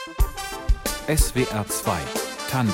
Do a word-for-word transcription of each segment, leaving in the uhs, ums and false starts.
S W R zwei Tandem.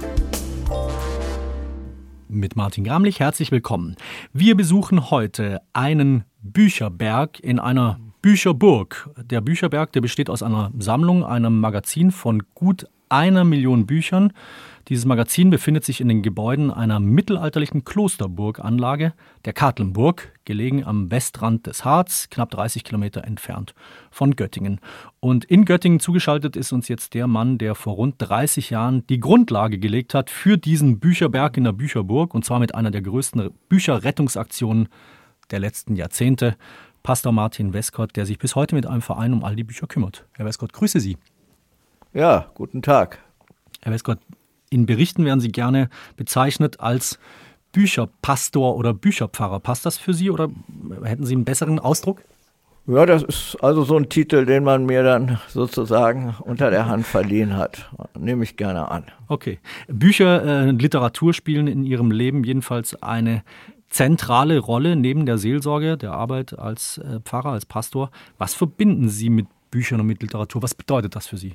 Mit Martin Gramlich, herzlich willkommen. Wir besuchen heute einen Bücherberg in einer Bücherburg. Der Bücherberg, der besteht aus einer Sammlung, einem Magazin von gut einer Million Büchern. Dieses Magazin befindet sich in den Gebäuden einer mittelalterlichen Klosterburganlage, der Katlenburg, gelegen am Westrand des Harz, knapp dreißig Kilometer entfernt von Göttingen. Und in Göttingen zugeschaltet ist uns jetzt der Mann, der vor rund dreißig Jahren die Grundlage gelegt hat für diesen Bücherberg in der Bücherburg, und zwar mit einer der größten Bücherrettungsaktionen der letzten Jahrzehnte. Pastor Martin Westcott, der sich bis heute mit einem Verein um all die Bücher kümmert. Herr Westcott, grüße Sie. Ja, guten Tag. Herr Westcott, in Berichten werden Sie gerne bezeichnet als Bücherpastor oder Bücherpfarrer. Passt das für Sie oder hätten Sie einen besseren Ausdruck? Ja, das ist also so ein Titel, den man mir dann sozusagen unter der Hand verliehen hat. Nehme ich gerne an. Okay. Bücher, äh, Literatur spielen in Ihrem Leben jedenfalls eine zentrale Rolle neben der Seelsorge, der Arbeit als äh, Pfarrer, als Pastor. Was verbinden Sie mit Büchern und mit Literatur? Was bedeutet das für Sie?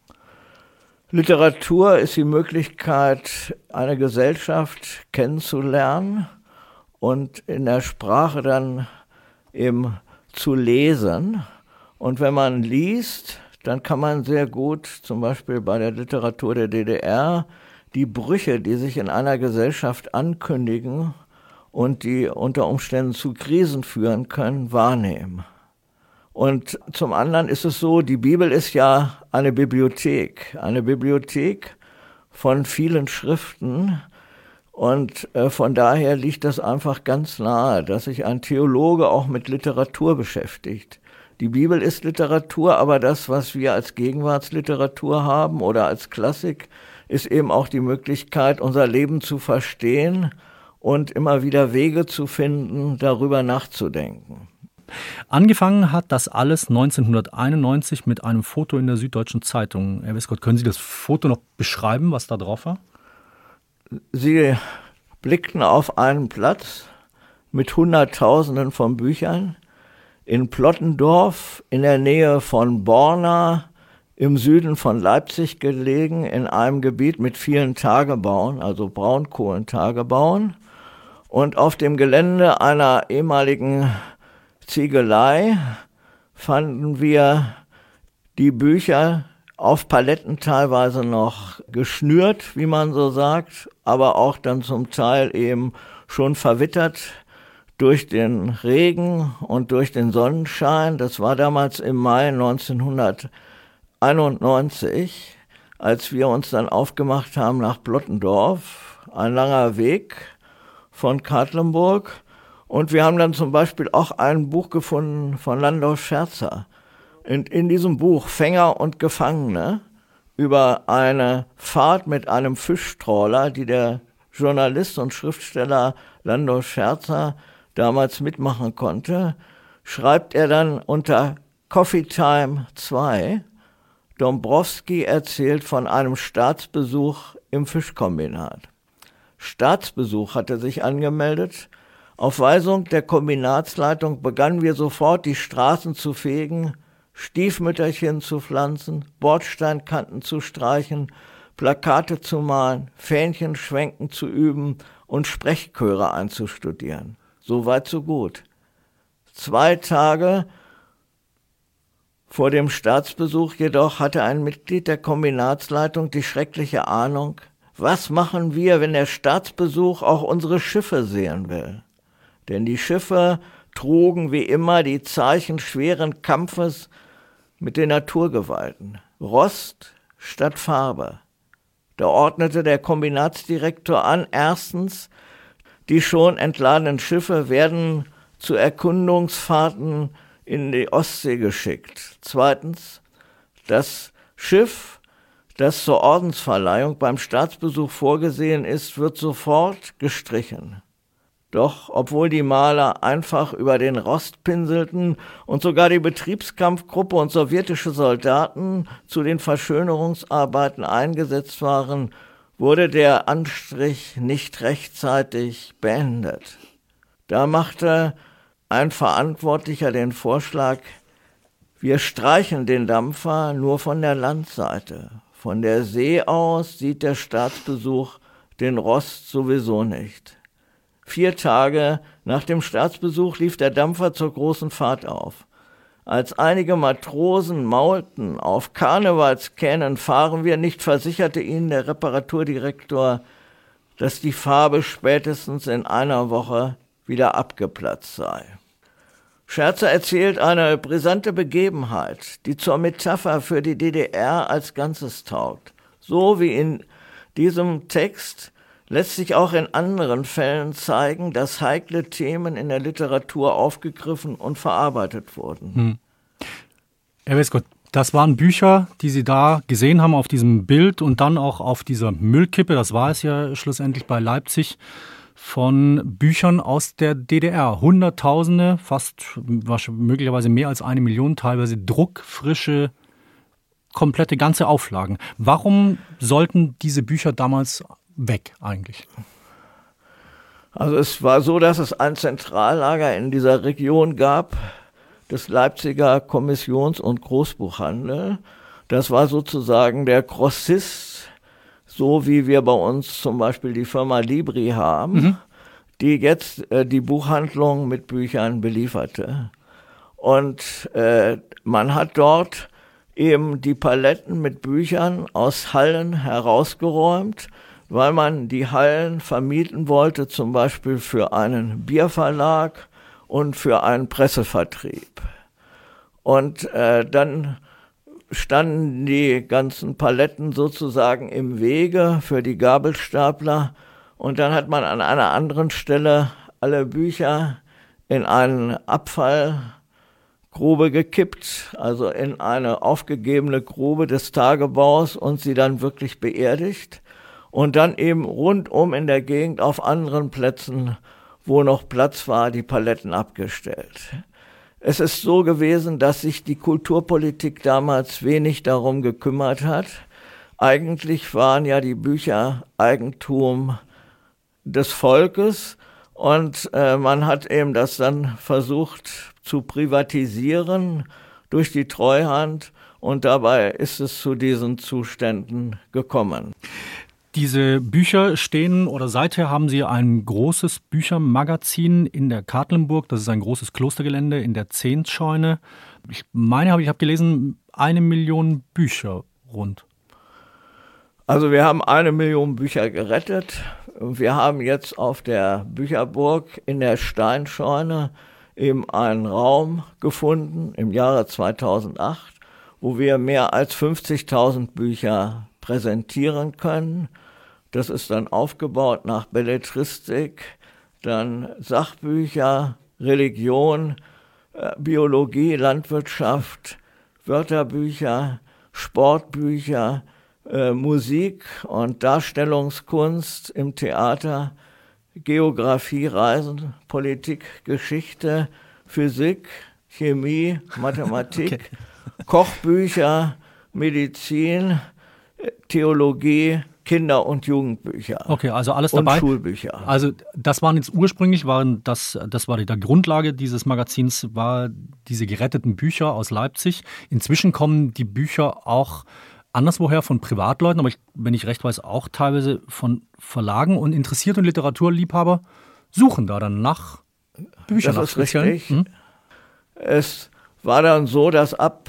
Literatur ist die Möglichkeit, eine Gesellschaft kennenzulernen und in der Sprache dann eben zu lesen. Und wenn man liest, dann kann man sehr gut, zum Beispiel bei der Literatur der D D R, die Brüche, die sich in einer Gesellschaft ankündigen und die unter Umständen zu Krisen führen können, wahrnehmen. Und zum anderen ist es so, die Bibel ist ja eine Bibliothek, eine Bibliothek von vielen Schriften. Und äh, von daher liegt das einfach ganz nahe, dass sich ein Theologe auch mit Literatur beschäftigt. Die Bibel ist Literatur, aber das, was wir als Gegenwartsliteratur haben oder als Klassik, ist eben auch die Möglichkeit, unser Leben zu verstehen und immer wieder Wege zu finden, darüber nachzudenken. Angefangen hat das alles neunzehnhunderteinundneunzig mit einem Foto in der Süddeutschen Zeitung. Herr Westcott, können Sie das Foto noch beschreiben, was da drauf war? Sie blickten auf einen Platz mit Hunderttausenden von Büchern in Plottendorf in der Nähe von Borna, im Süden von Leipzig gelegen, in einem Gebiet mit vielen Tagebauen, also Braunkohlentagebauen. Und auf dem Gelände einer ehemaligen Ziegelei fanden wir die Bücher auf Paletten teilweise noch geschnürt, wie man so sagt, aber auch dann zum Teil eben schon verwittert durch den Regen und durch den Sonnenschein. Das war damals im Mai neunzehnhunderteinundneunzig, als wir uns dann aufgemacht haben nach Plottendorf, ein langer Weg von Katlenburg. Und wir haben dann zum Beispiel auch ein Buch gefunden von Landau Scherzer. Und in diesem Buch Fänger und Gefangene über eine Fahrt mit einem Fischtrawler, die der Journalist und Schriftsteller Landau Scherzer damals mitmachen konnte, schreibt er dann unter Coffee Time zwei, Dombrowski erzählt von einem Staatsbesuch im Fischkombinat. Staatsbesuch hatte sich angemeldet. Auf Weisung der Kombinatsleitung begannen wir sofort, die Straßen zu fegen, Stiefmütterchen zu pflanzen, Bordsteinkanten zu streichen, Plakate zu malen, Fähnchen schwenken zu üben und Sprechchöre einzustudieren. So weit, so gut. Zwei Tage vor dem Staatsbesuch jedoch hatte ein Mitglied der Kombinatsleitung die schreckliche Ahnung, was machen wir, wenn der Staatsbesuch auch unsere Schiffe sehen will? Denn die Schiffe trugen wie immer die Zeichen schweren Kampfes mit den Naturgewalten. Rost statt Farbe. Da ordnete der Kombinatsdirektor an, erstens, die schon entladenen Schiffe werden zu Erkundungsfahrten in die Ostsee geschickt. Zweitens, das Schiff, das zur Ordensverleihung beim Staatsbesuch vorgesehen ist, wird sofort gestrichen. Doch obwohl die Maler einfach über den Rost pinselten und sogar die Betriebskampfgruppe und sowjetische Soldaten zu den Verschönerungsarbeiten eingesetzt waren, wurde der Anstrich nicht rechtzeitig beendet. Da machte ein Verantwortlicher den Vorschlag, Wir streichen den Dampfer nur von der Landseite. Von der See aus sieht der Staatsbesuch den Rost sowieso nicht. Vier Tage nach dem Staatsbesuch lief der Dampfer zur großen Fahrt auf. Als einige Matrosen maulten, auf Karnevalskähnen fahren wir nicht, versicherte ihnen der Reparaturdirektor, dass die Farbe spätestens in einer Woche wieder abgeplatzt sei. Scherzer erzählt eine brisante Begebenheit, die zur Metapher für die D D R als Ganzes taugt. So wie in diesem Text lässt sich auch in anderen Fällen zeigen, dass heikle Themen in der Literatur aufgegriffen und verarbeitet wurden. Hm. Herr Westgott, das waren Bücher, die Sie da gesehen haben auf diesem Bild und dann auch auf dieser Müllkippe, das war es ja schlussendlich bei Leipzig, von Büchern aus der D D R. Hunderttausende, fast möglicherweise mehr als eine Million, teilweise druckfrische, komplette ganze Auflagen. Warum sollten diese Bücher damals weg eigentlich? Also es war so, dass es ein Zentrallager in dieser Region gab, des Leipziger Kommissions- und Großbuchhandel. Das war sozusagen der Grossist, so wie wir bei uns zum Beispiel die Firma Libri haben, mhm. die jetzt äh, die Buchhandlung mit Büchern belieferte. Und äh, man hat dort eben die Paletten mit Büchern aus Hallen herausgeräumt, weil man die Hallen vermieten wollte, zum Beispiel für einen Bierverlag und für einen Pressevertrieb. Und äh, dann standen die ganzen Paletten sozusagen im Wege für die Gabelstapler und dann hat man an einer anderen Stelle alle Bücher in eine Abfallgrube gekippt, also in eine aufgegebene Grube des Tagebaus und sie dann wirklich beerdigt und dann eben rundum in der Gegend auf anderen Plätzen, wo noch Platz war, die Paletten abgestellt. Es ist so gewesen, dass sich die Kulturpolitik damals wenig darum gekümmert hat. Eigentlich waren ja die Bücher Eigentum des Volkes und äh, man hat eben das dann versucht zu privatisieren durch die Treuhand und dabei ist es zu diesen Zuständen gekommen. Diese Bücher stehen, oder seither haben Sie ein großes Büchermagazin in der Katlenburg. Das ist ein großes Klostergelände in der Zehntscheune. Ich meine, ich habe gelesen, eine Million Bücher rund. Also wir haben eine Million Bücher gerettet. Wir haben jetzt auf der Bücherburg in der Steinscheune eben einen Raum gefunden im Jahre zweitausendacht, wo wir mehr als fünfzigtausend Bücher präsentieren können. Das ist dann aufgebaut nach Belletristik, dann Sachbücher, Religion, äh, Biologie, Landwirtschaft, Wörterbücher, Sportbücher, äh, Musik und Darstellungskunst im Theater, Geografie, Reisen, Politik, Geschichte, Physik, Chemie, Mathematik, okay. Kochbücher, Medizin, Theologie, Kinder- und Jugendbücher. Okay, also alles dabei. Und Schulbücher. Also das waren jetzt ursprünglich, waren das, das war die der Grundlage dieses Magazins, war diese geretteten Bücher aus Leipzig. Inzwischen kommen die Bücher auch anderswoher von Privatleuten, aber ich, wenn ich recht weiß, auch teilweise von Verlagen, und interessierte und Literaturliebhaber suchen da dann nach Büchern. Das ist richtig. Hm? Es war dann so, dass ab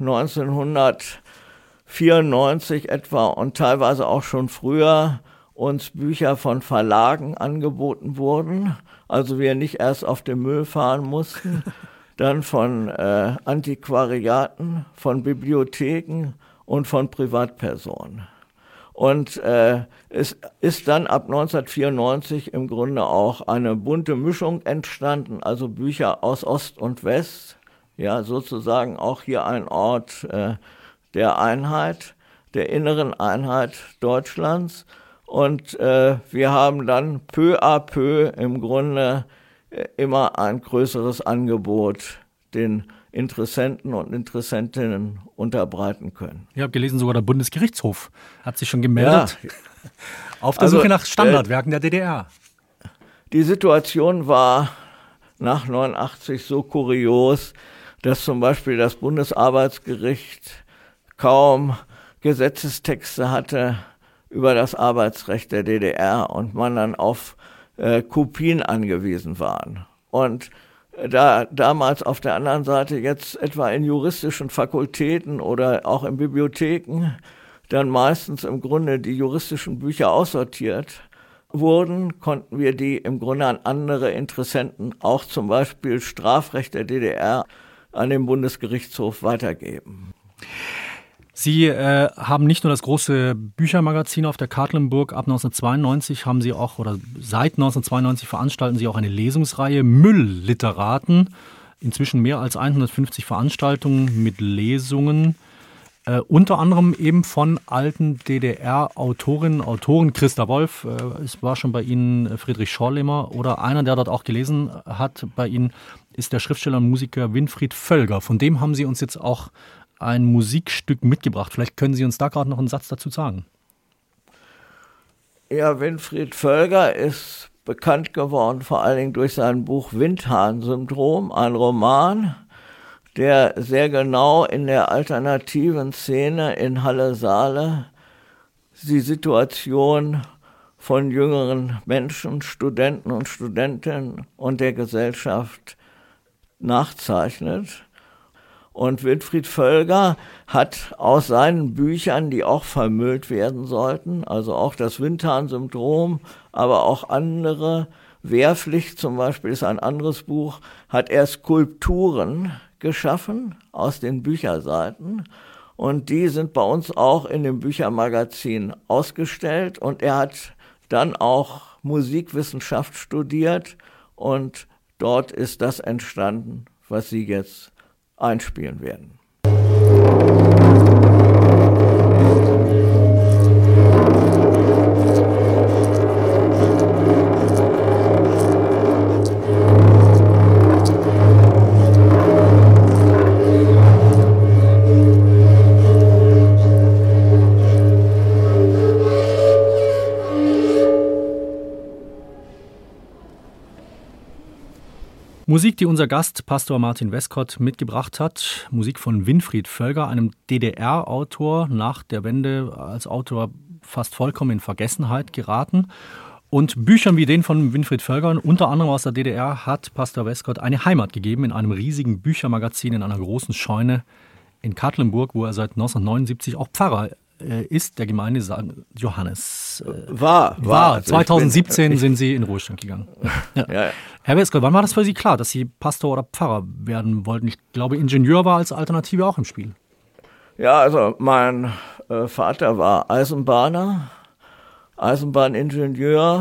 neunzehnhundertvierundneunzig etwa und teilweise auch schon früher uns Bücher von Verlagen angeboten wurden, also wir nicht erst auf den Müll fahren mussten, dann von äh, Antiquariaten, von Bibliotheken und von Privatpersonen. Und äh, es ist dann ab neunzehnhundertvierundneunzig im Grunde auch eine bunte Mischung entstanden, also Bücher aus Ost und West, ja sozusagen auch hier ein Ort äh, der Einheit, der inneren Einheit Deutschlands. Und äh, wir haben dann peu à peu im Grunde äh, immer ein größeres Angebot den Interessenten und Interessentinnen unterbreiten können. Ich habe gelesen, sogar der Bundesgerichtshof hat sich schon gemeldet ja. auf der also, Suche nach Standardwerken äh, der D D R. Die Situation war nach neunundachtzig so kurios, dass zum Beispiel das Bundesarbeitsgericht kaum Gesetzestexte hatte über das Arbeitsrecht der D D R und man dann auf äh, Kopien angewiesen waren. Und da damals auf der anderen Seite jetzt etwa in juristischen Fakultäten oder auch in Bibliotheken dann meistens im Grunde die juristischen Bücher aussortiert wurden, konnten wir die im Grunde an andere Interessenten, auch zum Beispiel Strafrecht der D D R, an den Bundesgerichtshof weitergeben. Sie äh, haben nicht nur das große Büchermagazin auf der Katlenburg. Ab neunzehnhundertzweiundneunzig haben Sie auch, oder seit neunzehnhundertzweiundneunzig veranstalten Sie auch eine Lesungsreihe Müllliteraten. Inzwischen mehr als hundertfünfzig Veranstaltungen mit Lesungen. Äh, unter anderem eben von alten D D R-Autorinnen, Autoren. Christa Wolf, äh, es war schon bei Ihnen Friedrich Schorlemer. Oder einer, der dort auch gelesen hat bei Ihnen, ist der Schriftsteller und Musiker Winfried Völger. Von dem haben Sie uns jetzt auch ein Musikstück mitgebracht. Vielleicht können Sie uns da gerade noch einen Satz dazu sagen. Ja, Winfried Völger ist bekannt geworden, vor allen Dingen durch sein Buch Windhahn-Syndrom, ein Roman, der sehr genau in der alternativen Szene in Halle-Saale die Situation von jüngeren Menschen, Studenten und Studentinnen und der Gesellschaft nachzeichnet. Und Winfried Völger hat aus seinen Büchern, die auch vermüllt werden sollten, also auch das Windhahn-Syndrom, aber auch andere, Wehrpflicht zum Beispiel ist ein anderes Buch, hat er Skulpturen geschaffen aus den Bücherseiten. Und die sind bei uns auch in dem Büchermagazin ausgestellt. Und er hat dann auch Musikwissenschaft studiert. Und dort ist das entstanden, was Sie jetzt einspielen werden. Musik, die unser Gast, Pastor Martin Westcott, mitgebracht hat. Musik von Winfried Völger, einem D D R-Autor, nach der Wende als Autor fast vollkommen in Vergessenheit geraten. Und Büchern wie den von Winfried Völger, unter anderem aus der D D R, hat Pastor Westcott eine Heimat gegeben in einem riesigen Büchermagazin in einer großen Scheune in Katlenburg, wo er seit neunzehnhundertneunundsiebzig auch Pfarrer ist, der Gemeinde Sankt Johannes. Äh, war, war. war. zweitausendsiebzehn bin, sind Sie in Ruhestand gegangen. Ja. Ja, ja. Herr Westcott, wann war das für Sie klar, dass Sie Pastor oder Pfarrer werden wollten? Ich glaube, Ingenieur war als Alternative auch im Spiel. Ja, also mein äh, Vater war Eisenbahner, Eisenbahningenieur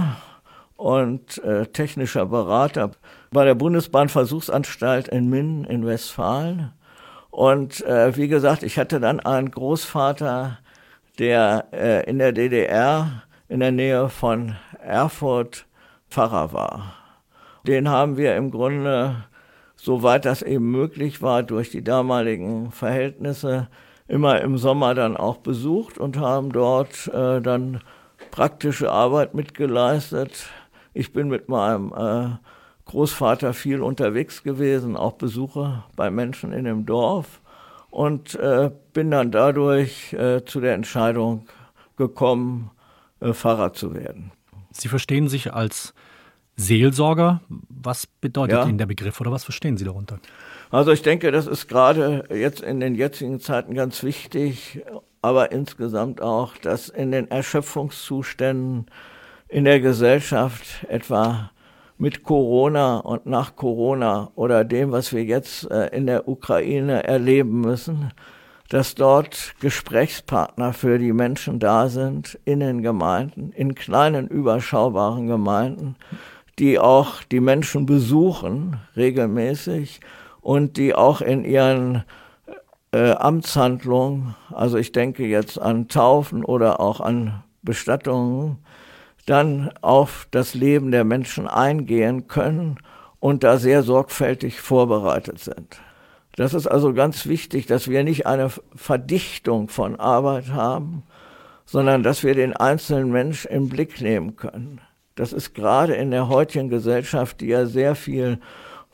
und äh, technischer Berater bei der Bundesbahnversuchsanstalt in Minden in Westfalen. Und äh, wie gesagt, ich hatte dann einen Großvater, der äh, in der D D R in der Nähe von Erfurt Pfarrer war. Den haben wir im Grunde, soweit das eben möglich war, durch die damaligen Verhältnisse immer im Sommer dann auch besucht und haben dort äh, dann praktische Arbeit mitgeleistet. Ich bin mit meinem äh, Großvater viel unterwegs gewesen, auch Besuche bei Menschen in dem Dorf. Und äh, bin dann dadurch äh, zu der Entscheidung gekommen, äh, Pfarrer zu werden. Sie verstehen sich als Seelsorger. Was bedeutet ja. Ihnen der Begriff oder was verstehen Sie darunter? Also ich denke, das ist gerade jetzt in den jetzigen Zeiten ganz wichtig, aber insgesamt auch, dass in den Erschöpfungszuständen in der Gesellschaft etwa mit Corona und nach Corona oder dem, was wir jetzt äh, in der Ukraine erleben müssen, dass dort Gesprächspartner für die Menschen da sind in den Gemeinden, in kleinen, überschaubaren Gemeinden, die auch die Menschen besuchen regelmäßig und die auch in ihren äh, Amtshandlungen, also ich denke jetzt an Taufen oder auch an Bestattungen, dann auf das Leben der Menschen eingehen können und da sehr sorgfältig vorbereitet sind. Das ist also ganz wichtig, dass wir nicht eine Verdichtung von Arbeit haben, sondern dass wir den einzelnen Mensch im Blick nehmen können. Das ist gerade in der heutigen Gesellschaft, die ja sehr viel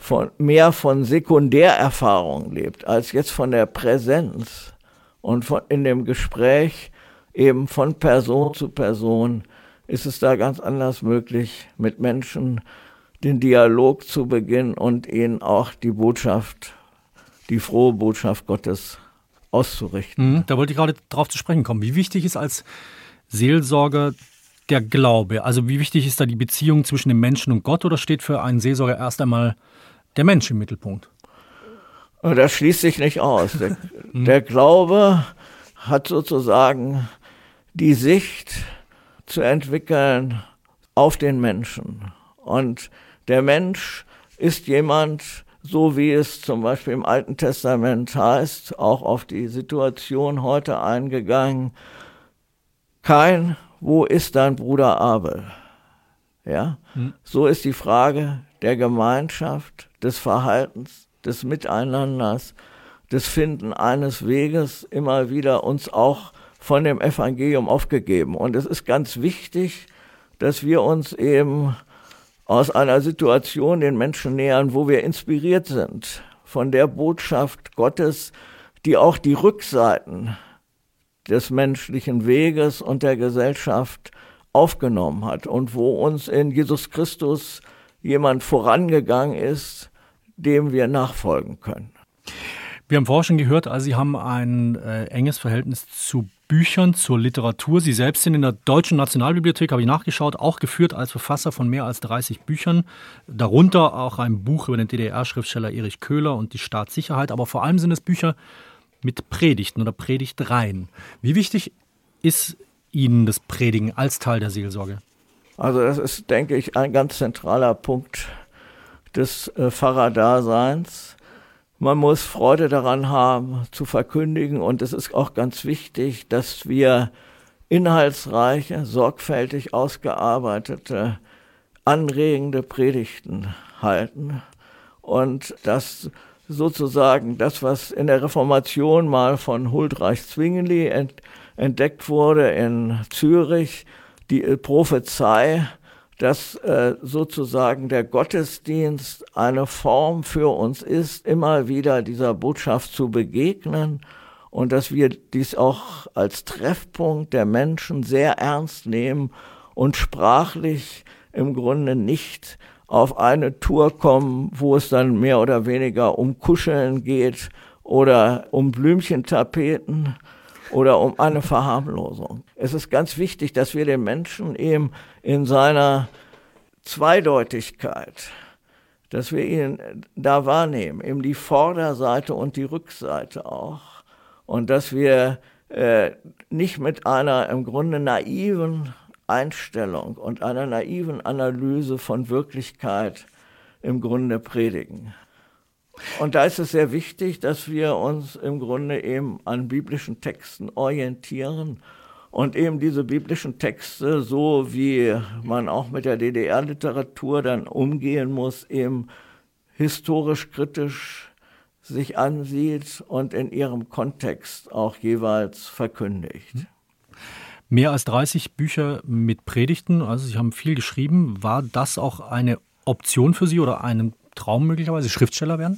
von, mehr von Sekundärerfahrung lebt, als jetzt von der Präsenz und von, in dem Gespräch eben von Person zu Person, ist es da ganz anders möglich, mit Menschen den Dialog zu beginnen und ihnen auch die Botschaft, die frohe Botschaft Gottes auszurichten. Mhm, da wollte ich gerade drauf zu sprechen kommen. Wie wichtig ist als Seelsorger der Glaube? Also wie wichtig ist da die Beziehung zwischen dem Menschen und Gott, oder steht für einen Seelsorger erst einmal der Mensch im Mittelpunkt? Das schließt sich nicht aus. Der, der Glaube hat sozusagen die Sicht zu entwickeln auf den Menschen. Und der Mensch ist jemand, so wie es zum Beispiel im Alten Testament heißt, auch auf die Situation heute eingegangen, Kain, wo ist dein Bruder Abel? Ja, hm. So ist die Frage der Gemeinschaft, des Verhaltens, des Miteinanders, des Finden eines Weges immer wieder uns auch von dem Evangelium aufgegeben. Und es ist ganz wichtig, dass wir uns eben aus einer Situation den Menschen nähern, wo wir inspiriert sind von der Botschaft Gottes, die auch die Rückseiten des menschlichen Weges und der Gesellschaft aufgenommen hat und wo uns in Jesus Christus jemand vorangegangen ist, dem wir nachfolgen können. Wir haben vorher schon gehört, also Sie haben ein äh, enges Verhältnis zu Büchern, zur Literatur. Sie selbst sind in der Deutschen Nationalbibliothek, habe ich nachgeschaut, auch geführt als Verfasser von mehr als dreißig Büchern. Darunter auch ein Buch über den D D R-Schriftsteller Erich Köhler und die Staatssicherheit. Aber vor allem sind es Bücher mit Predigten oder Predigtreihen. Wie wichtig ist Ihnen das Predigen als Teil der Seelsorge? Also das ist, denke ich, ein ganz zentraler Punkt des äh, Pfarrerdaseins. Man muss Freude daran haben, zu verkündigen, und es ist auch ganz wichtig, dass wir inhaltsreiche, sorgfältig ausgearbeitete, anregende Predigten halten und dass sozusagen das, was in der Reformation mal von Huldreich Zwingli ent- entdeckt wurde in Zürich, die Prophezei, dass äh, sozusagen der Gottesdienst eine Form für uns ist, immer wieder dieser Botschaft zu begegnen, und dass wir dies auch als Treffpunkt der Menschen sehr ernst nehmen und sprachlich im Grunde nicht auf eine Tour kommen, wo es dann mehr oder weniger um Kuscheln geht oder um Blümchentapeten oder um eine Verharmlosung. Es ist ganz wichtig, dass wir den Menschen eben in seiner Zweideutigkeit, dass wir ihn da wahrnehmen, eben die Vorderseite und die Rückseite auch. Und dass wir äh, nicht mit einer im Grunde naiven Einstellung und einer naiven Analyse von Wirklichkeit im Grunde predigen. Und da ist es sehr wichtig, dass wir uns im Grunde eben an biblischen Texten orientieren und eben diese biblischen Texte, so wie man auch mit der D D R-Literatur dann umgehen muss, eben historisch kritisch sich ansieht und in ihrem Kontext auch jeweils verkündigt. Mehr als dreißig Bücher mit Predigten, also Sie haben viel geschrieben. War das auch eine Option für Sie oder einen Traum möglicherweise, Schriftsteller werden?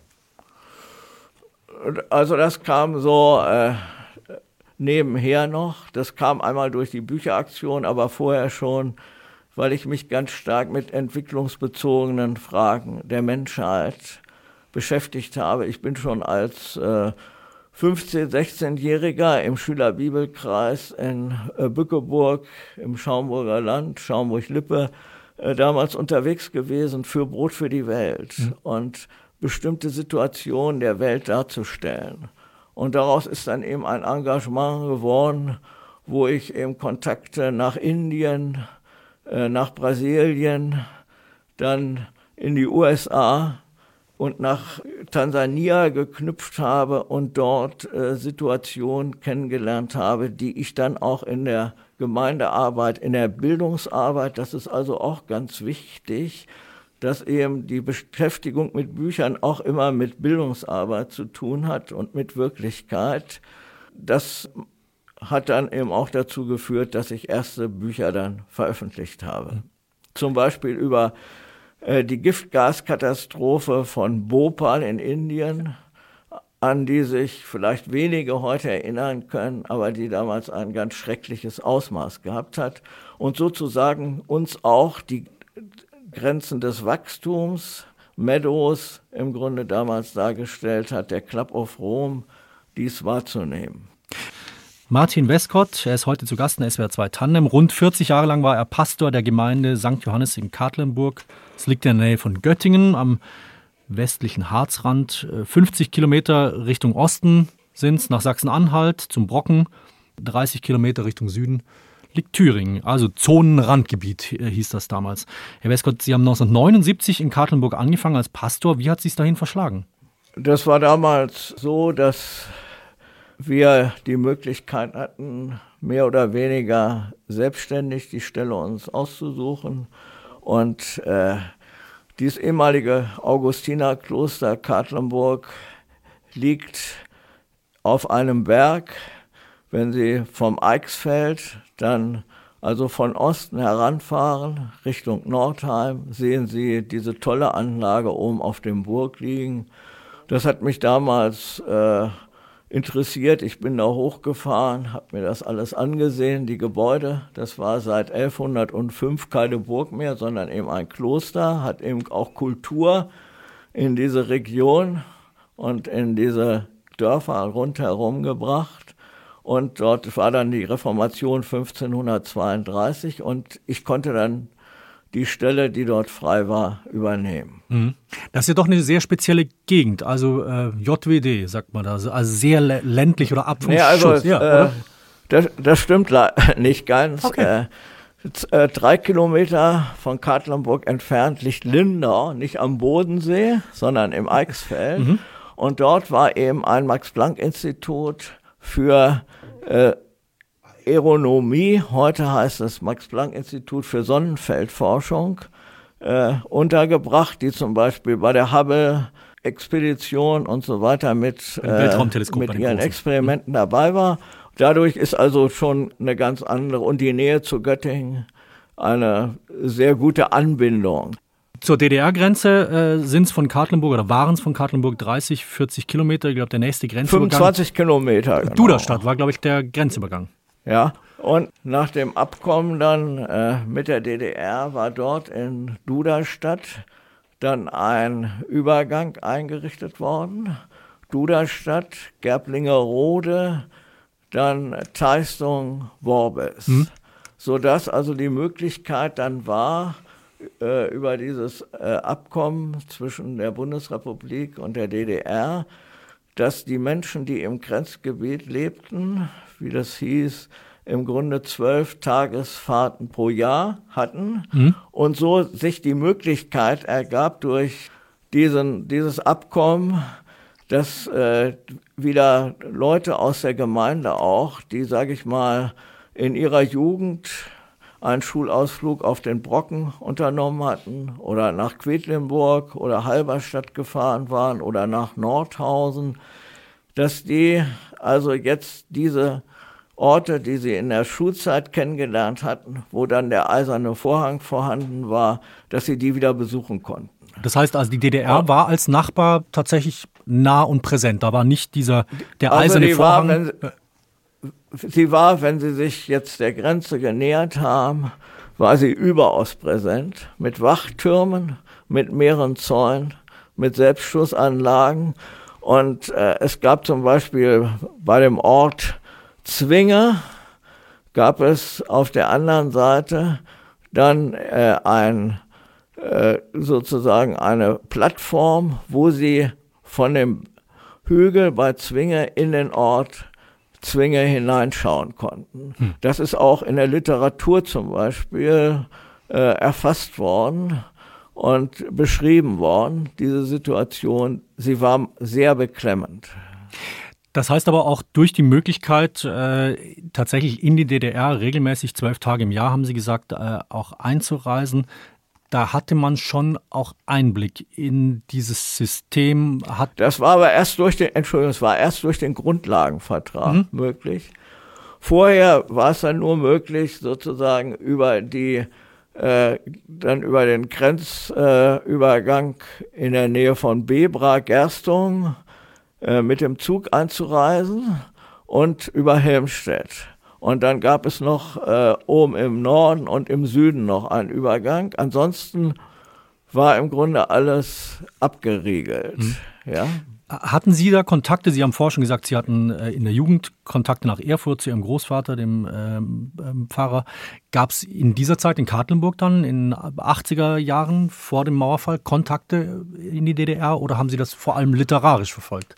Also das kam so äh, nebenher noch. Das kam einmal durch die Bücheraktion, aber vorher schon, weil ich mich ganz stark mit entwicklungsbezogenen Fragen der Menschheit beschäftigt habe. Ich bin schon als äh, fünfzehn-, sechzehnjähriger im Schülerbibelkreis in äh, Bückeburg im Schaumburger Land, Schaumburg-Lippe, äh, damals unterwegs gewesen für Brot für die Welt mhm. und bestimmte Situationen der Welt darzustellen. Und daraus ist dann eben ein Engagement geworden, wo ich eben Kontakte nach Indien, äh, nach Brasilien, dann in die U S A und nach Tansania geknüpft habe und dort äh, Situationen kennengelernt habe, die ich dann auch in der Gemeindearbeit, in der Bildungsarbeit, das ist also auch ganz wichtig, dass eben die Beschäftigung mit Büchern auch immer mit Bildungsarbeit zu tun hat und mit Wirklichkeit. Das hat dann eben auch dazu geführt, dass ich erste Bücher dann veröffentlicht habe. Zum Beispiel über äh, die Giftgaskatastrophe von Bhopal in Indien, an die sich vielleicht wenige heute erinnern können, aber die damals ein ganz schreckliches Ausmaß gehabt hat und sozusagen uns auch die Grenzen des Wachstums, Meadows im Grunde damals dargestellt hat, der Club of Rome, dies wahrzunehmen. Martin Westcott, er ist heute zu Gast in S W R zwei Tandem. Rund vierzig Jahre lang war er Pastor der Gemeinde Sankt Johannes in Katlenburg. Es liegt in der Nähe von Göttingen am westlichen Harzrand. fünfzig Kilometer Richtung Osten sind es, nach Sachsen-Anhalt zum Brocken. dreißig Kilometer Richtung Süden liegt Thüringen, also Zonenrandgebiet hieß das damals. Herr Westcott, Sie haben neunzehnhundertneunundsiebzig in Katlenburg angefangen als Pastor. Wie hat Sie es dahin verschlagen? Das war damals so, dass wir die Möglichkeit hatten, mehr oder weniger selbstständig die Stelle uns auszusuchen. Und äh, dieses ehemalige Augustinerkloster Katlenburg liegt auf einem Berg. Wenn Sie vom Eichsfeld dann also von Osten heranfahren, Richtung Nordheim, sehen Sie diese tolle Anlage oben auf dem Burg liegen. Das hat mich damals äh, interessiert. Ich bin da hochgefahren, habe mir das alles angesehen, die Gebäude. Das war seit elfhundertfünf keine Burg mehr, sondern eben ein Kloster, hat eben auch Kultur in diese Region und in diese Dörfer rundherum gebracht. Und dort war dann die Reformation fünfzehnhundertzweiunddreißig und ich konnte dann die Stelle, die dort frei war, übernehmen. Das ist ja doch eine sehr spezielle Gegend, also äh, J W D, sagt man da, also sehr ländlich oder ab vom ja, also, Schuss. Ja, äh, oder? Das, das stimmt nicht ganz. Okay. Äh, drei Kilometer von Katlenburg entfernt liegt Lindau, nicht am Bodensee, sondern im Eichsfeld. Mhm. Und dort war eben ein Max-Planck-Institut für äh, Aeronomie, heute heißt es Max-Planck-Institut für Sonnenfeldforschung, äh, untergebracht, die zum Beispiel bei der Hubble-Expedition und so weiter mit, äh, mit ihren Experimenten dabei war. Dadurch ist also schon eine ganz andere und die Nähe zu Göttingen eine sehr gute Anbindung. Zur D D R-Grenze äh, sind es von Katlenburg oder waren es von Katlenburg dreißig, vierzig Kilometer. Ich glaube, der nächste Grenzübergang. fünfundzwanzig Kilometer. Genau. Duderstadt war, glaube ich, der Grenzübergang. Ja, und nach dem Abkommen dann äh, mit der D D R war dort in Duderstadt dann ein Übergang eingerichtet worden. Duderstadt, Gerblingerode, dann Teistung, Worbis. Hm. Sodass also die Möglichkeit dann war, äh, über dieses äh, Abkommen zwischen der Bundesrepublik und der D D R, dass die Menschen, die im Grenzgebiet lebten, wie das hieß, im Grunde zwölf Tagesfahrten pro Jahr hatten mhm. und so sich die Möglichkeit ergab durch diesen, dieses Abkommen, dass äh, wieder Leute aus der Gemeinde auch, die, sage ich mal, in ihrer Jugend einen Schulausflug auf den Brocken unternommen hatten oder nach Quedlinburg oder Halberstadt gefahren waren oder nach Nordhausen, dass die also jetzt diese Orte, die sie in der Schulzeit kennengelernt hatten, wo dann der eiserne Vorhang vorhanden war, dass sie die wieder besuchen konnten. Das heißt also, die D D R ja. war als Nachbar tatsächlich nah und präsent. Da war nicht dieser, der also eiserne die Vorhang. War, wenn, sie war, wenn sie sich jetzt der Grenze genähert haben, war sie überaus präsent. Mit Wachtürmen, mit mehreren Zäunen, mit Selbstschussanlagen. Und äh, es gab zum Beispiel bei dem Ort Zwinge, gab es auf der anderen Seite dann äh, ein, äh, sozusagen eine Plattform, wo sie von dem Hügel bei Zwinge in den Ort Zwinge hineinschauen konnten. Hm. Das ist auch in der Literatur zum Beispiel äh, erfasst worden und beschrieben worden, diese Situation. Sie war sehr beklemmend. Das heißt aber auch durch die Möglichkeit, äh, tatsächlich in die D D R regelmäßig zwölf Tage im Jahr, haben Sie gesagt, äh, auch einzureisen. Da hatte man schon auch Einblick in dieses System. Hat das war aber erst durch den, Entschuldigung, es war erst durch den Grundlagenvertrag mhm. möglich. Vorher war es dann nur möglich, sozusagen über die äh, dann über den Grenzübergang äh, in der Nähe von Bebra, Gerstung, äh, mit dem Zug einzureisen und über Helmstedt. Und dann gab es noch äh, oben im Norden und im Süden noch einen Übergang. Ansonsten war im Grunde alles abgeriegelt. Mhm. Ja? Hatten Sie da Kontakte? Sie haben vorhin schon gesagt, Sie hatten äh, in der Jugend Kontakte nach Erfurt zu Ihrem Großvater, dem ähm, ähm, Pfarrer. Gab es in dieser Zeit in Quedlinburg dann in achtziger Jahren vor dem Mauerfall Kontakte in die D D R oder haben Sie das vor allem literarisch verfolgt?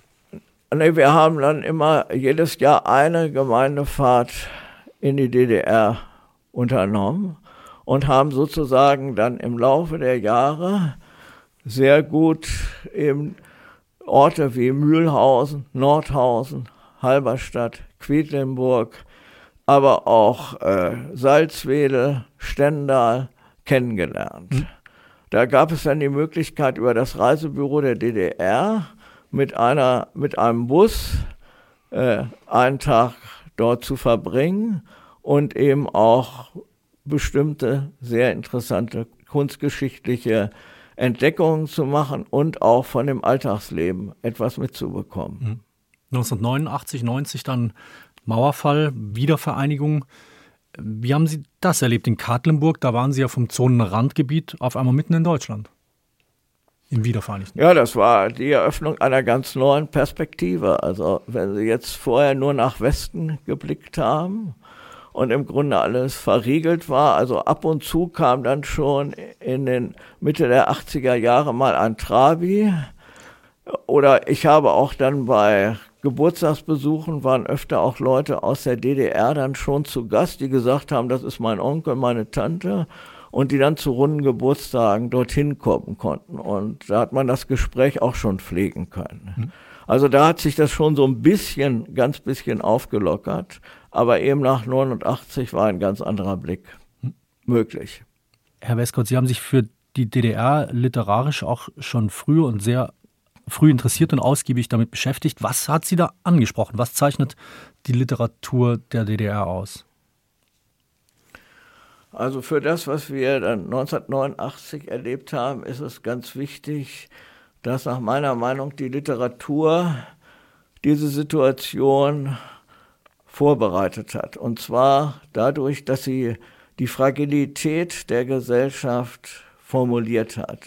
Nee, wir haben dann immer jedes Jahr eine Gemeindefahrt in die D D R unternommen und haben sozusagen dann im Laufe der Jahre sehr gut eben Orte wie Mühlhausen, Nordhausen, Halberstadt, Quedlinburg, aber auch äh, Salzwedel, Stendal kennengelernt. Mhm. Da gab es dann die Möglichkeit, über das Reisebüro der D D R mit einer mit einem Bus äh, einen Tag dort zu verbringen und eben auch bestimmte sehr interessante kunstgeschichtliche Entdeckungen zu machen und auch von dem Alltagsleben etwas mitzubekommen. neunzehnhundertneunundachtzig, neunzig dann Mauerfall, Wiedervereinigung. Wie haben Sie das erlebt in Quedlinburg? Da waren Sie ja vom Zonenrandgebiet auf einmal mitten in Deutschland. Im Wiedervereinigten. Ja, das war die Eröffnung einer ganz neuen Perspektive. Also wenn Sie jetzt vorher nur nach Westen geblickt haben und im Grunde alles verriegelt war, also ab und zu kam dann schon in den Mitte der achtziger Jahre mal ein Trabi. Oder ich habe auch dann bei Geburtstagsbesuchen waren öfter auch Leute aus der D D R dann schon zu Gast, die gesagt haben, das ist mein Onkel, meine Tante. Und die dann zu runden Geburtstagen dorthin kommen konnten. Und da hat man das Gespräch auch schon pflegen können. Mhm. Also da hat sich das schon so ein bisschen, ganz bisschen aufgelockert. Aber eben nach neunundachtzig war ein ganz anderer Blick mhm. möglich. Herr Westcott, Sie haben sich für die D D R literarisch auch schon früh und sehr früh interessiert und ausgiebig damit beschäftigt. Was hat Sie da angesprochen? Was zeichnet die Literatur der D D R aus? Also für das, was wir dann neunzehnhundertneunundachtzig erlebt haben, ist es ganz wichtig, dass nach meiner Meinung die Literatur diese Situation vorbereitet hat. Und zwar dadurch, dass sie die Fragilität der Gesellschaft formuliert hat.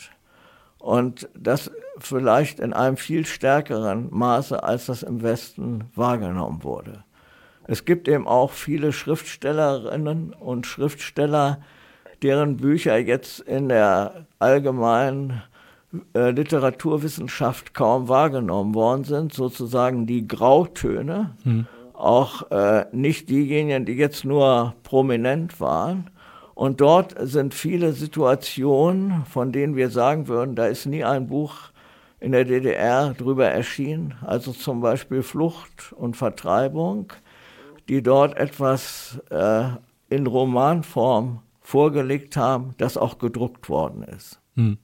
Und das vielleicht in einem viel stärkeren Maße, als das im Westen wahrgenommen wurde. Es gibt eben auch viele Schriftstellerinnen und Schriftsteller, deren Bücher jetzt in der allgemeinen äh, Literaturwissenschaft kaum wahrgenommen worden sind, sozusagen die Grautöne, hm. auch äh, nicht diejenigen, die jetzt nur prominent waren. Und dort sind viele Situationen, von denen wir sagen würden, da ist nie ein Buch in der D D R drüber erschienen, also zum Beispiel Flucht und Vertreibung, die dort etwas äh, in Romanform vorgelegt haben, das auch gedruckt worden ist. Hm.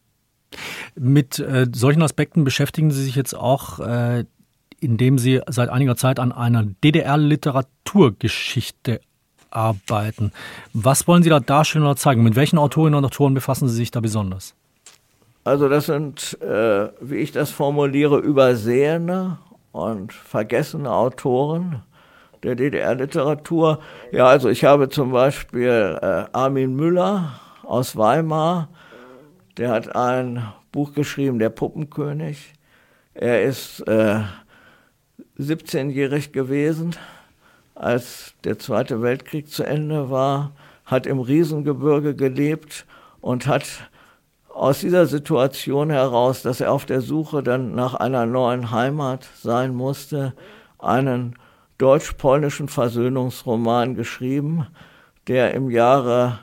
Mit äh, solchen Aspekten beschäftigen Sie sich jetzt auch, äh, indem Sie seit einiger Zeit an einer D D R-Literaturgeschichte arbeiten. Was wollen Sie da darstellen oder zeigen? Mit welchen Autorinnen und Autoren befassen Sie sich da besonders? Also das sind, äh, wie ich das formuliere, übersehene und vergessene Autoren der D D R-Literatur. Ja, also ich habe zum Beispiel äh, Armin Müller aus Weimar, der hat ein Buch geschrieben, Der Puppenkönig. Er ist äh, siebzehnjährig gewesen, als der Zweite Weltkrieg zu Ende war, hat im Riesengebirge gelebt und hat aus dieser Situation heraus, dass er auf der Suche dann nach einer neuen Heimat sein musste, einen deutsch-polnischen Versöhnungsroman geschrieben, der im Jahre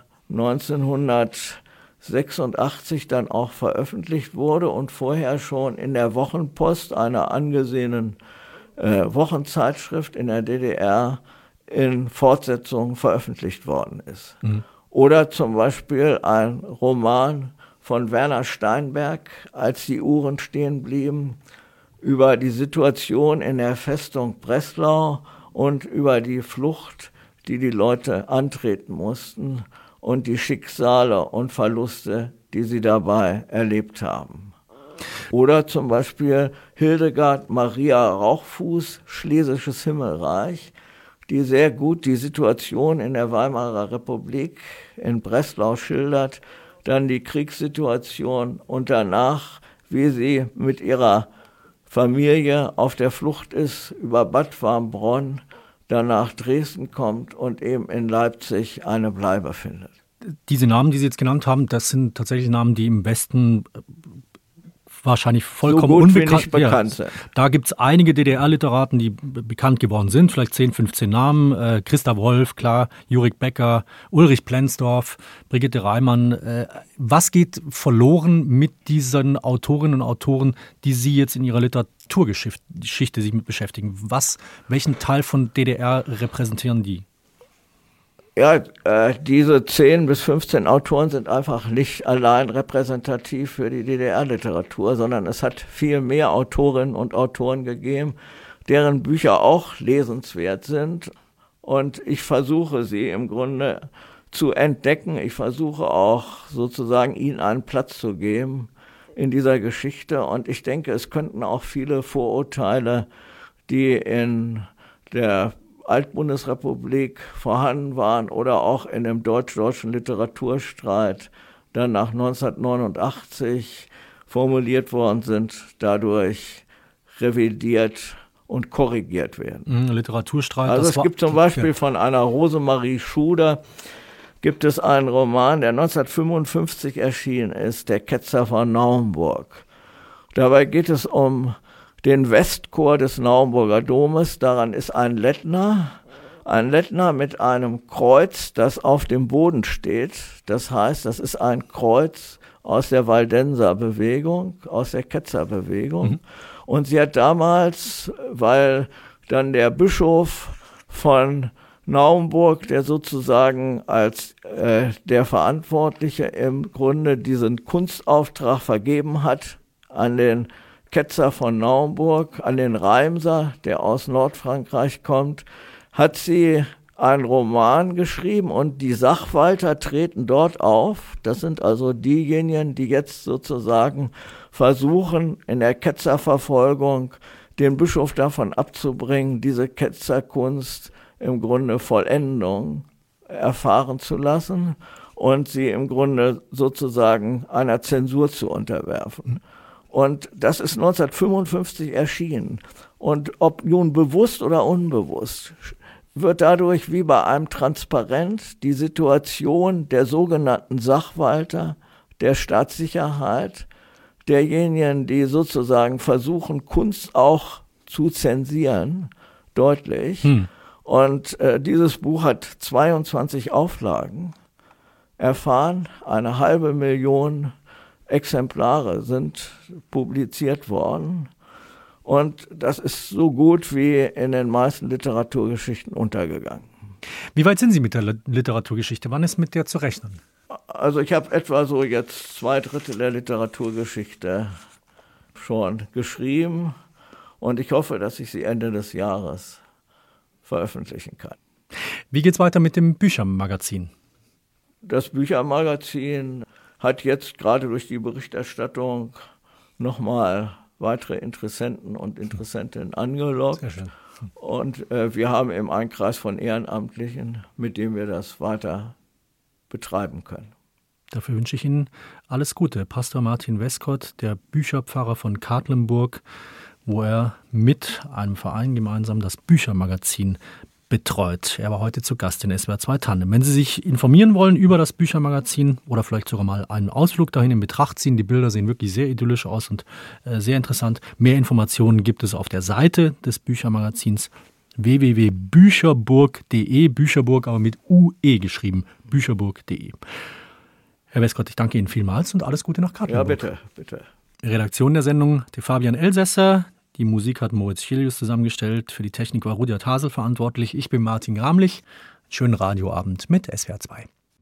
neunzehnhundertsechsundachtzig dann auch veröffentlicht wurde und vorher schon in der Wochenpost, einer angesehenen äh, Wochenzeitschrift in der D D R, in Fortsetzungen veröffentlicht worden ist. Mhm. Oder zum Beispiel ein Roman von Werner Steinberg, Als die Uhren stehen blieben, über die Situation in der Festung Breslau und über die Flucht, die die Leute antreten mussten. und die Schicksale und Verluste, die sie dabei erlebt haben. Oder zum Beispiel Hildegard Maria Rauchfuß, Schlesisches Himmelreich, die sehr gut die Situation in der Weimarer Republik in Breslau schildert, dann die Kriegssituation und danach, wie sie mit ihrer Familie auf der Flucht ist, über Bad Warmbronn, dann nach Dresden kommt und eben in Leipzig eine Bleibe findet. Diese Namen, die Sie jetzt genannt haben, das sind tatsächlich Namen, die im Westen wahrscheinlich vollkommen so gut unbekannt wie nicht bekannt sind. Ja, da gibt es einige D D R-Literaten, die b- bekannt geworden sind, vielleicht zehn, fünfzehn Namen. Äh, Christa Wolf, klar, Jurik Becker, Ulrich Plenzdorf, Brigitte Reimann. Äh, was geht verloren mit diesen Autorinnen und Autoren, die Sie jetzt in Ihrer Literaturgeschichte sich mit beschäftigen? Was, welchen Teil von D D R repräsentieren die? Ja, äh, diese zehn bis fünfzehn Autoren sind einfach nicht allein repräsentativ für die D D R-Literatur, sondern es hat viel mehr Autorinnen und Autoren gegeben, deren Bücher auch lesenswert sind. Und ich versuche sie im Grunde zu entdecken. Ich versuche auch sozusagen ihnen einen Platz zu geben in dieser Geschichte. Und ich denke, es könnten auch viele Vorurteile, die in der Altbundesrepublik vorhanden waren oder auch in dem deutsch-deutschen Literaturstreit dann nach neunzehnhundertneunundachtzig formuliert worden sind, dadurch revidiert und korrigiert werden. Mhm, Literaturstreit. Also das es war, gibt zum Beispiel von einer Rosemarie Schuder, gibt es einen Roman, der neunzehnhundertfünfundfünfzig erschienen ist, Der Ketzer von Naumburg. Dabei geht es um den Westchor des Naumburger Domes. Daran ist ein Lettner, ein Lettner mit einem Kreuz, das auf dem Boden steht. Das heißt, das ist ein Kreuz aus der Waldenser Bewegung, aus der Ketzerbewegung. Mhm. Und sie hat damals, weil dann der Bischof von Naumburg, der sozusagen als äh, der Verantwortliche im Grunde diesen Kunstauftrag vergeben hat an den Ketzer von Naumburg, an den Reimser, der aus Nordfrankreich kommt, hat sie einen Roman geschrieben und die Sachwalter treten dort auf. Das sind also diejenigen, die jetzt sozusagen versuchen, in der Ketzerverfolgung den Bischof davon abzubringen, diese Ketzerkunst im Grunde Vollendung erfahren zu lassen und sie im Grunde sozusagen einer Zensur zu unterwerfen. Und das ist neunzehnhundertfünfundfünfzig erschienen. Und ob nun bewusst oder unbewusst, wird dadurch wie bei einem Transparent die Situation der sogenannten Sachwalter, der Staatssicherheit, derjenigen, die sozusagen versuchen, Kunst auch zu zensieren, deutlich. Hm. Und äh, dieses Buch hat zweiundzwanzig Auflagen erfahren, eine halbe Million Exemplare sind publiziert worden und das ist so gut wie in den meisten Literaturgeschichten untergegangen. Wie weit sind Sie mit der Literaturgeschichte? Wann ist mit der zu rechnen? Also ich habe etwa so jetzt zwei Drittel der Literaturgeschichte schon geschrieben und ich hoffe, dass ich sie Ende des Jahres veröffentlichen kann. Wie geht's weiter mit dem Büchermagazin? Das Büchermagazin hat jetzt gerade durch die Berichterstattung nochmal weitere Interessenten und Interessentinnen angelockt. Sehr schön. Und äh, wir haben eben einen Kreis von Ehrenamtlichen, mit dem wir das weiter betreiben können. Dafür wünsche ich Ihnen alles Gute. Pastor Martin Westcott, der Bücherpfarrer von Katlenburg, wo er mit einem Verein gemeinsam das Büchermagazin betreut. Er war heute zu Gast in S W R zwei Tandem. Wenn Sie sich informieren wollen über das Büchermagazin oder vielleicht sogar mal einen Ausflug dahin in Betracht ziehen, die Bilder sehen wirklich sehr idyllisch aus und äh, sehr interessant. Mehr Informationen gibt es auf der Seite des Büchermagazins w w w punkt bücherburg punkt d e, Bücherburg aber mit U E geschrieben, bücherburg punkt d e. Herr Westcott, ich danke Ihnen vielmals und alles Gute nach Katlenburg. Ja, bitte, bitte. Redaktion der Sendung, der Fabian Elsässer. Die Musik hat Moritz Chilius zusammengestellt. Für die Technik war Rudyard Hasel verantwortlich. Ich bin Martin Gramlich. Schönen Radioabend mit S W R zwei.